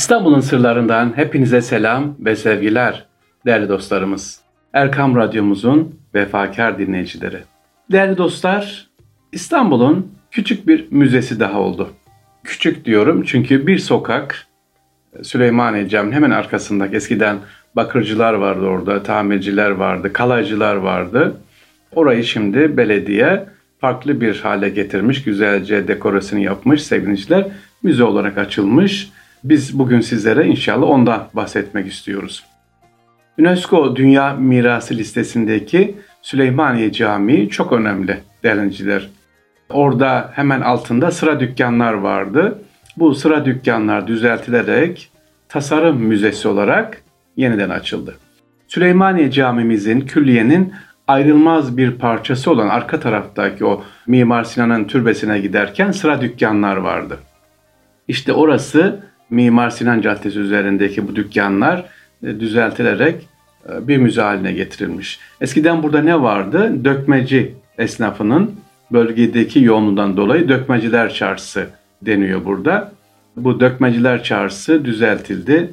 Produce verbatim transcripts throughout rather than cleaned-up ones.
İstanbul'un sırlarından hepinize selam ve sevgiler değerli dostlarımız. Erkam Radyomuzun vefakar dinleyicileri. Değerli dostlar, İstanbul'un küçük bir müzesi daha oldu. Küçük diyorum çünkü bir sokak, Süleymaniye Camii'nin hemen arkasındaki, eskiden bakırcılar vardı orada, tamirciler vardı, kalaycılar vardı. Orayı şimdi belediye farklı bir hale getirmiş, güzelce dekorasyonu yapmış sevgiliciler. Müze olarak açılmış. Biz bugün sizlere inşallah ondan bahsetmek istiyoruz. UNESCO Dünya Mirası listesindeki Süleymaniye Camii çok önemli değerliciler. Orada hemen altında sıra dükkanlar vardı. Bu sıra dükkanlar düzeltilerek tasarım müzesi olarak yeniden açıldı. Süleymaniye Camimizin, külliyenin ayrılmaz bir parçası olan arka taraftaki o Mimar Sinan'ın türbesine giderken sıra dükkanlar vardı. İşte orası Mimar Sinan Caddesi üzerindeki bu dükkanlar düzeltilerek bir müze haline getirilmiş. Eskiden burada ne vardı? Dökmeci esnafının bölgedeki yoğunluğundan dolayı Dökmeciler Çarşısı deniyor burada. Bu Dökmeciler Çarşısı düzeltildi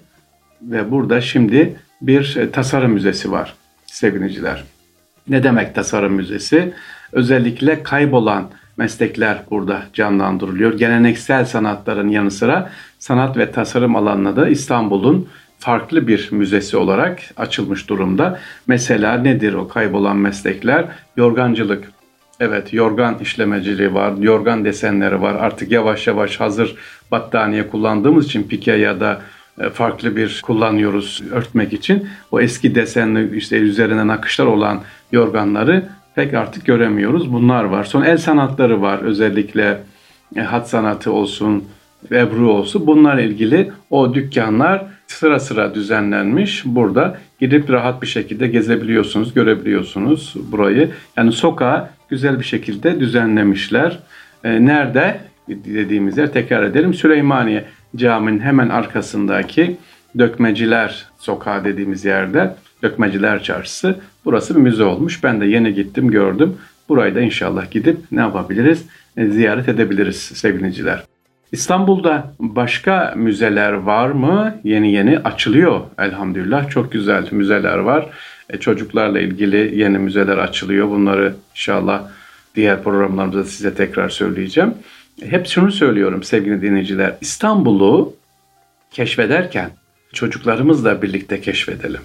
ve burada şimdi bir tasarım müzesi var sevgiliciler. Ne demek tasarım müzesi? Özellikle kaybolan meslekler burada canlandırılıyor. Geleneksel sanatların yanı sıra sanat ve tasarım alanına da İstanbul'un farklı bir müzesi olarak açılmış durumda. Mesela nedir o kaybolan meslekler? Yorgancılık. Evet, yorgan işlemeciliği var, yorgan desenleri var. Artık yavaş yavaş hazır battaniye kullandığımız için pike ya da farklı bir kullanıyoruz örtmek için. O eski desenli işte üzerine nakışlar olan yorganları pek artık göremiyoruz. Bunlar var. Sonra el sanatları var. Özellikle hat sanatı olsun, ebru olsun. Bunlarla ilgili o dükkanlar sıra sıra düzenlenmiş. Burada gidip rahat bir şekilde gezebiliyorsunuz, görebiliyorsunuz burayı. Yani sokağı güzel bir şekilde düzenlemişler. E, nerede? Dediğimiz yer, tekrar edelim, Süleymaniye Camii'nin hemen arkasındaki Dökmeciler Sokağı dediğimiz yerde, Dökmeciler Çarşısı. Burası bir müze olmuş. Ben de yeni gittim, gördüm. Burayı da inşallah gidip ne yapabiliriz? E, ziyaret edebiliriz sevgiliciler. İstanbul'da başka müzeler var mı? Yeni yeni açılıyor elhamdülillah. Çok güzel müzeler var. E, çocuklarla ilgili yeni müzeler açılıyor. Bunları inşallah diğer programlarımızda size tekrar söyleyeceğim. Hep şunu söylüyorum sevgili dinleyiciler. İstanbul'u keşfederken çocuklarımızla birlikte keşfedelim.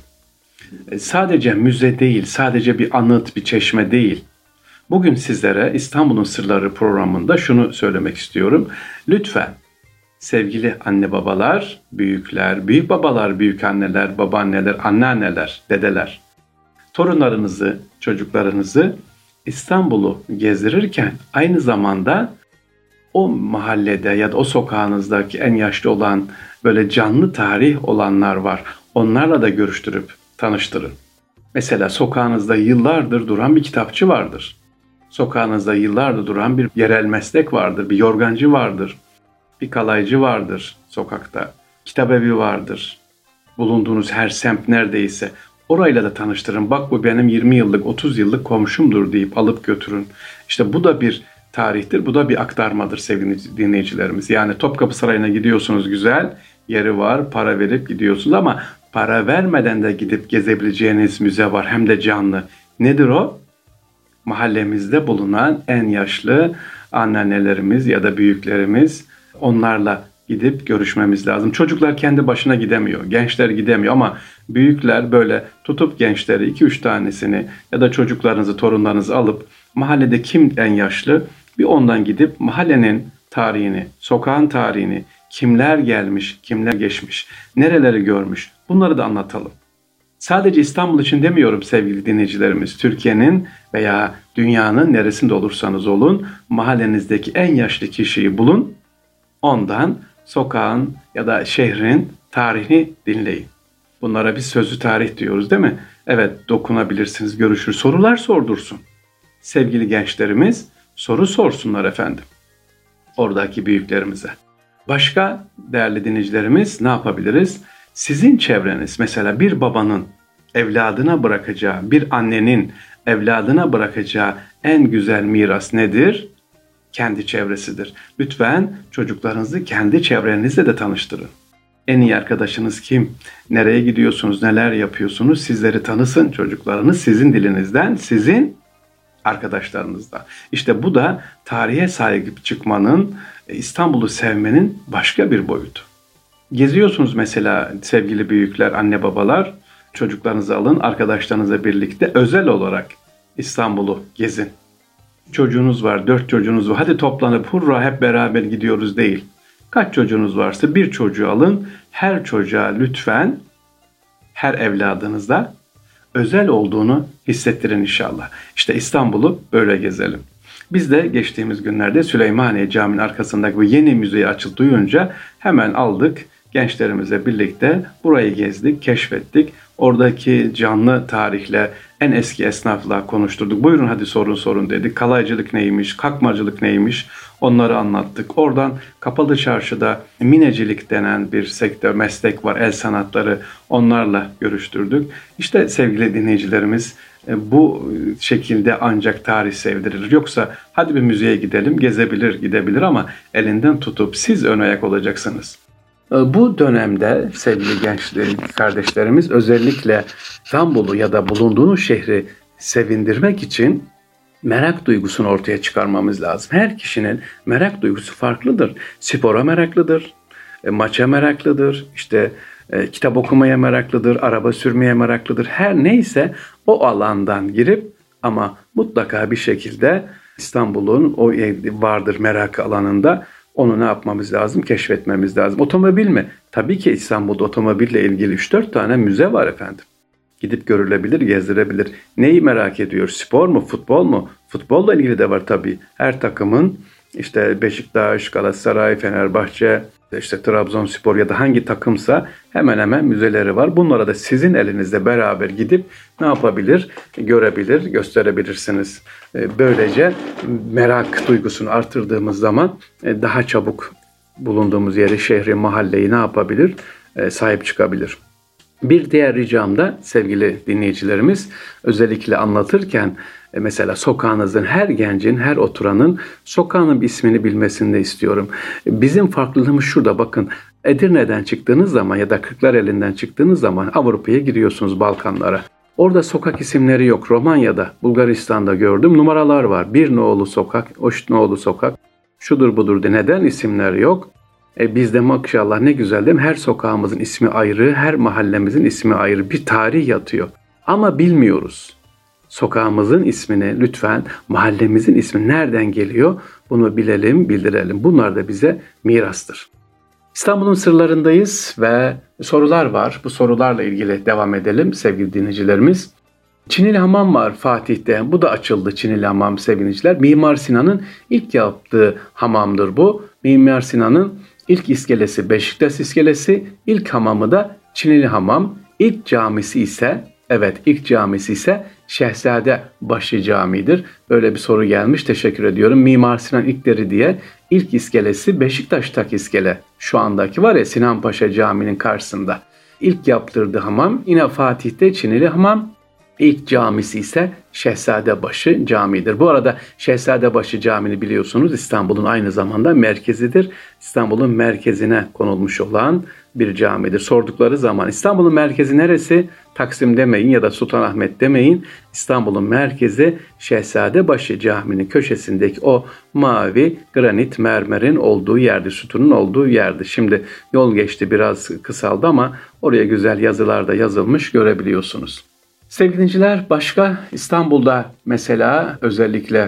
Sadece müze değil, sadece bir anıt, bir çeşme değil. Bugün sizlere İstanbul'un Sırları programında şunu söylemek istiyorum. Lütfen sevgili anne babalar, büyükler, büyük babalar, büyük anneler, babaanneler, anneanneler, dedeler, torunlarınızı, çocuklarınızı İstanbul'u gezdirirken aynı zamanda o mahallede ya da o sokağınızdaki en yaşlı olan böyle canlı tarih olanlar var. Onlarla da görüştürüp tanıştırın. Mesela sokağınızda yıllardır duran bir kitapçı vardır. Sokağınızda yıllardır duran bir yerel meslek vardır. Bir yorgancı vardır. Bir kalaycı vardır sokakta. Kitabevi vardır. Bulunduğunuz her semt neredeyse orayla da tanıştırın. Bak bu benim yirmi yıllık, otuz yıllık komşumdur deyip alıp götürün. İşte bu da bir tarihtir. Bu da bir aktarmadır sevgili dinleyicilerimiz. Yani Topkapı Sarayı'na gidiyorsunuz, güzel yeri var, para verip gidiyorsunuz ama para vermeden de gidip gezebileceğiniz müze var, hem de canlı. Nedir o? Mahallemizde bulunan en yaşlı anneannelerimiz ya da büyüklerimiz, onlarla gidip görüşmemiz lazım. Çocuklar kendi başına gidemiyor, gençler gidemiyor ama büyükler böyle tutup gençleri iki üç tanesini ya da çocuklarınızı, torunlarınızı alıp mahallede kim en yaşlı bir ondan gidip mahallenin tarihini, sokağın tarihini, kimler gelmiş, kimler geçmiş, nereleri görmüş, bunları da anlatalım. Sadece İstanbul için demiyorum sevgili dinleyicilerimiz. Türkiye'nin veya dünyanın neresinde olursanız olun, mahallenizdeki en yaşlı kişiyi bulun, ondan sokağın ya da şehrin tarihini dinleyin. Bunlara biz sözlü tarih diyoruz değil mi? Evet, dokunabilirsiniz, görüşür, sorular sordursun. Sevgili gençlerimiz soru sorsunlar efendim oradaki büyüklerimize. Başka değerli dinleyicilerimiz ne yapabiliriz? Sizin çevreniz, mesela bir babanın evladına bırakacağı, bir annenin evladına bırakacağı en güzel miras nedir? Kendi çevresidir. Lütfen çocuklarınızı kendi çevrenizle de tanıştırın. En iyi arkadaşınız kim? Nereye gidiyorsunuz? Neler yapıyorsunuz? Sizleri tanısın çocuklarınız sizin dilinizden, sizin arkadaşlarınızdan. İşte bu da tarihe sahip çıkmanın, İstanbul'u sevmenin başka bir boyutu. Geziyorsunuz mesela sevgili büyükler, anne babalar, çocuklarınızı alın, arkadaşlarınızla birlikte özel olarak İstanbul'u gezin. Çocuğunuz var, dört çocuğunuz var, hadi toplanıp hurra hep beraber gidiyoruz değil. Kaç çocuğunuz varsa bir çocuğu alın, her çocuğa lütfen, her evladınızda özel olduğunu hissettirin inşallah. İşte İstanbul'u böyle gezelim. Biz de geçtiğimiz günlerde Süleymaniye Camii'nin arkasındaki bu yeni müzeyi açıldı duyunca hemen aldık. Gençlerimizle birlikte burayı gezdik, keşfettik. Oradaki canlı tarihle, en eski esnafla konuşturduk. Buyurun hadi sorun sorun dedik. Kalaycılık neymiş, kakmacılık neymiş onları anlattık. Oradan Kapalı Çarşı'da minecilik denen bir sektör, meslek var, el sanatları, onlarla görüştürdük. İşte sevgili dinleyicilerimiz, bu şekilde ancak tarih sevdirilir. Yoksa hadi bir müzeye gidelim, gezebilir, gidebilir ama elinden tutup siz ön ayak olacaksınız. Bu dönemde sevgili gençlerim, kardeşlerimiz özellikle İstanbul'u ya da bulunduğunuz şehri sevindirmek için merak duygusunu ortaya çıkarmamız lazım. Her kişinin merak duygusu farklıdır. Spora meraklıdır, maça meraklıdır, işte e, kitap okumaya meraklıdır, araba sürmeye meraklıdır. Her neyse o alandan girip ama mutlaka bir şekilde İstanbul'un o vardır merakı alanında. Onu ne yapmamız lazım? Keşfetmemiz lazım. Otomobil mi? Tabii ki İstanbul'da otomobille ilgili üç dört tane müze var efendim. Gidip görülebilir, gezdirebilir. Neyi merak ediyor? Spor mu, futbol mu? Futbolla ilgili de var tabii. Her takımın işte Beşiktaş, Galatasaray, Fenerbahçe, işte Trabzonspor ya da hangi takımsa hemen hemen müzeleri var. Bunlara da sizin elinizde beraber gidip ne yapabilir? Görebilir, gösterebilirsiniz. Böylece merak duygusunu artırdığımız zaman daha çabuk bulunduğumuz yeri, şehri, mahalleyi ne yapabilir? Sahip çıkabilir. Bir diğer ricam da sevgili dinleyicilerimiz, özellikle anlatırken mesela sokağınızın, her gencin, her oturanın sokağının bir ismini bilmesini de istiyorum. Bizim farklılığımız şurada, bakın, Edirne'den çıktığınız zaman ya da Kırklareli'nden çıktığınız zaman Avrupa'ya giriyorsunuz, Balkanlara. Orada sokak isimleri yok. Romanya'da, Bulgaristan'da gördüm, numaralar var. Bir nolu sokak, üç nolu sokak, şudur budur de. Neden isimler yok? E bizde maşallah ne güzel değil mi? Her sokağımızın ismi ayrı, her mahallemizin ismi ayrı. Bir tarih yatıyor. Ama bilmiyoruz. Sokağımızın ismini lütfen, mahallemizin ismi nereden geliyor? Bunu bilelim, bildirelim. Bunlar da bize mirastır. İstanbul'un sırlarındayız ve sorular var. Bu sorularla ilgili devam edelim sevgili dinleyicilerimiz. Çinili Hamam var Fatih'te. Bu da açıldı, Çinili Hamam sevgiliciler. Mimar Sinan'ın ilk yaptığı hamamdır bu. Mimar Sinan'ın ilk iskelesi Beşiktaş iskelesi, ilk hamamı da Çinili Hamam. İlk camisi ise, evet ilk camisi ise Şehzadebaşı Camii'dir. Böyle bir soru gelmiş, teşekkür ediyorum. Mimar Sinan ilkleri diye ilk iskelesi Beşiktaş'taki iskele. Şu andaki var ya, Sinan Paşa Camii'nin karşısında. İlk yaptırdığı hamam yine Fatih'te Çinili Hamam. İlk camisi ise Şehzadebaşı Camii'dir. Bu arada Şehzadebaşı Camii'ni biliyorsunuz İstanbul'un aynı zamanda merkezidir. İstanbul'un merkezine konulmuş olan bir camidir. Sordukları zaman İstanbul'un merkezi neresi? Taksim demeyin ya da Sultanahmet demeyin. İstanbul'un merkezi Şehzadebaşı Camii'nin köşesindeki o mavi granit mermerin olduğu yerde, sütunun olduğu yerde. Şimdi yol geçti, biraz kısaldı ama oraya güzel yazılar da yazılmış, görebiliyorsunuz. Sevgili dinleyiciler, başka İstanbul'da mesela özellikle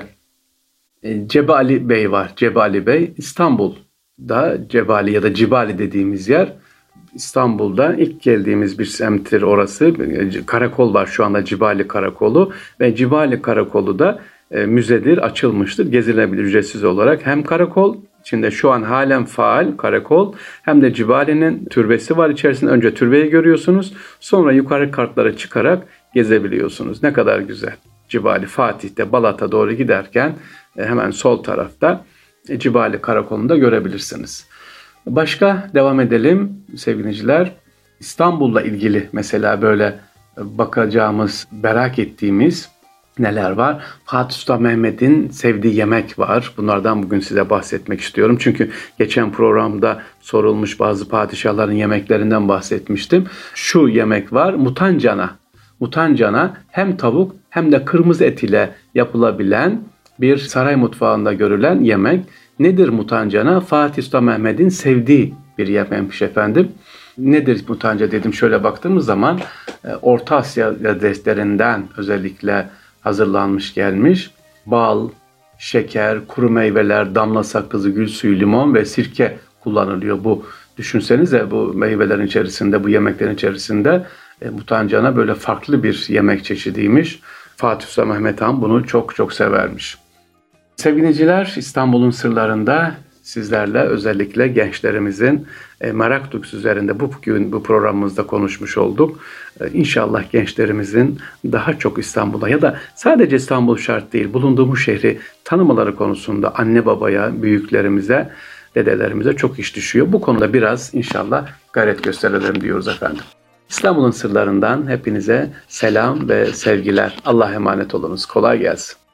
Cebali Bey var. Cebali Bey İstanbul'da, Cebali ya da Cibali dediğimiz yer İstanbul'da ilk geldiğimiz bir semttir orası. Karakol var şu anda, Cibali Karakolu, ve Cibali Karakolu da e, müzedir, açılmıştır, gezilebilir ücretsiz olarak. Hem karakol içinde şu an halen faal karakol, hem de Cibali'nin türbesi var içerisinde. Önce türbeyi görüyorsunuz, sonra yukarı katlara çıkarak gezebiliyorsunuz. Ne kadar güzel. Cibali, Fatih'te Balat'a doğru giderken e, hemen sol tarafta e, Cibali Karakolu'nu da görebilirsiniz. Başka devam edelim sevgili dinleyiciler. İstanbul'la ilgili mesela böyle bakacağımız, merak ettiğimiz neler var? Fatih Sultan Mehmet'in sevdiği yemek var. Bunlardan bugün size bahsetmek istiyorum. Çünkü geçen programda sorulmuş bazı padişahların yemeklerinden bahsetmiştim. Şu yemek var, mutancana. Mutancana hem tavuk hem de kırmızı et ile yapılabilen bir saray mutfağında görülen yemek. Nedir mutancana? Fatih Sultan Mehmet'in sevdiği bir yemekmiş efendim. Nedir mutanca dedim, şöyle baktığımız zaman Orta Asya lezzetinden özellikle hazırlanmış gelmiş. Bal, şeker, kuru meyveler, damla sakızı, gül suyu, limon ve sirke kullanılıyor. Bu düşünsenize, bu meyvelerin içerisinde, bu yemeklerin içerisinde e, mutancana böyle farklı bir yemek çeşidiymiş. Fatih Sultan Mehmet Han bunu çok çok severmiş. Sevgili dinleyiciler, İstanbul'un sırlarında sizlerle özellikle gençlerimizin e, merak duygusu üzerinde bugün bu programımızda konuşmuş olduk. E, İnşallah gençlerimizin daha çok İstanbul'a ya da sadece İstanbul şart değil, bulunduğumuz şehri tanımaları konusunda anne babaya, büyüklerimize, dedelerimize çok iş düşüyor. Bu konuda biraz inşallah gayret gösterelim diyoruz efendim. İstanbul'un sırlarından hepinize selam ve sevgiler. Allah'a emanet olunuz. Kolay gelsin.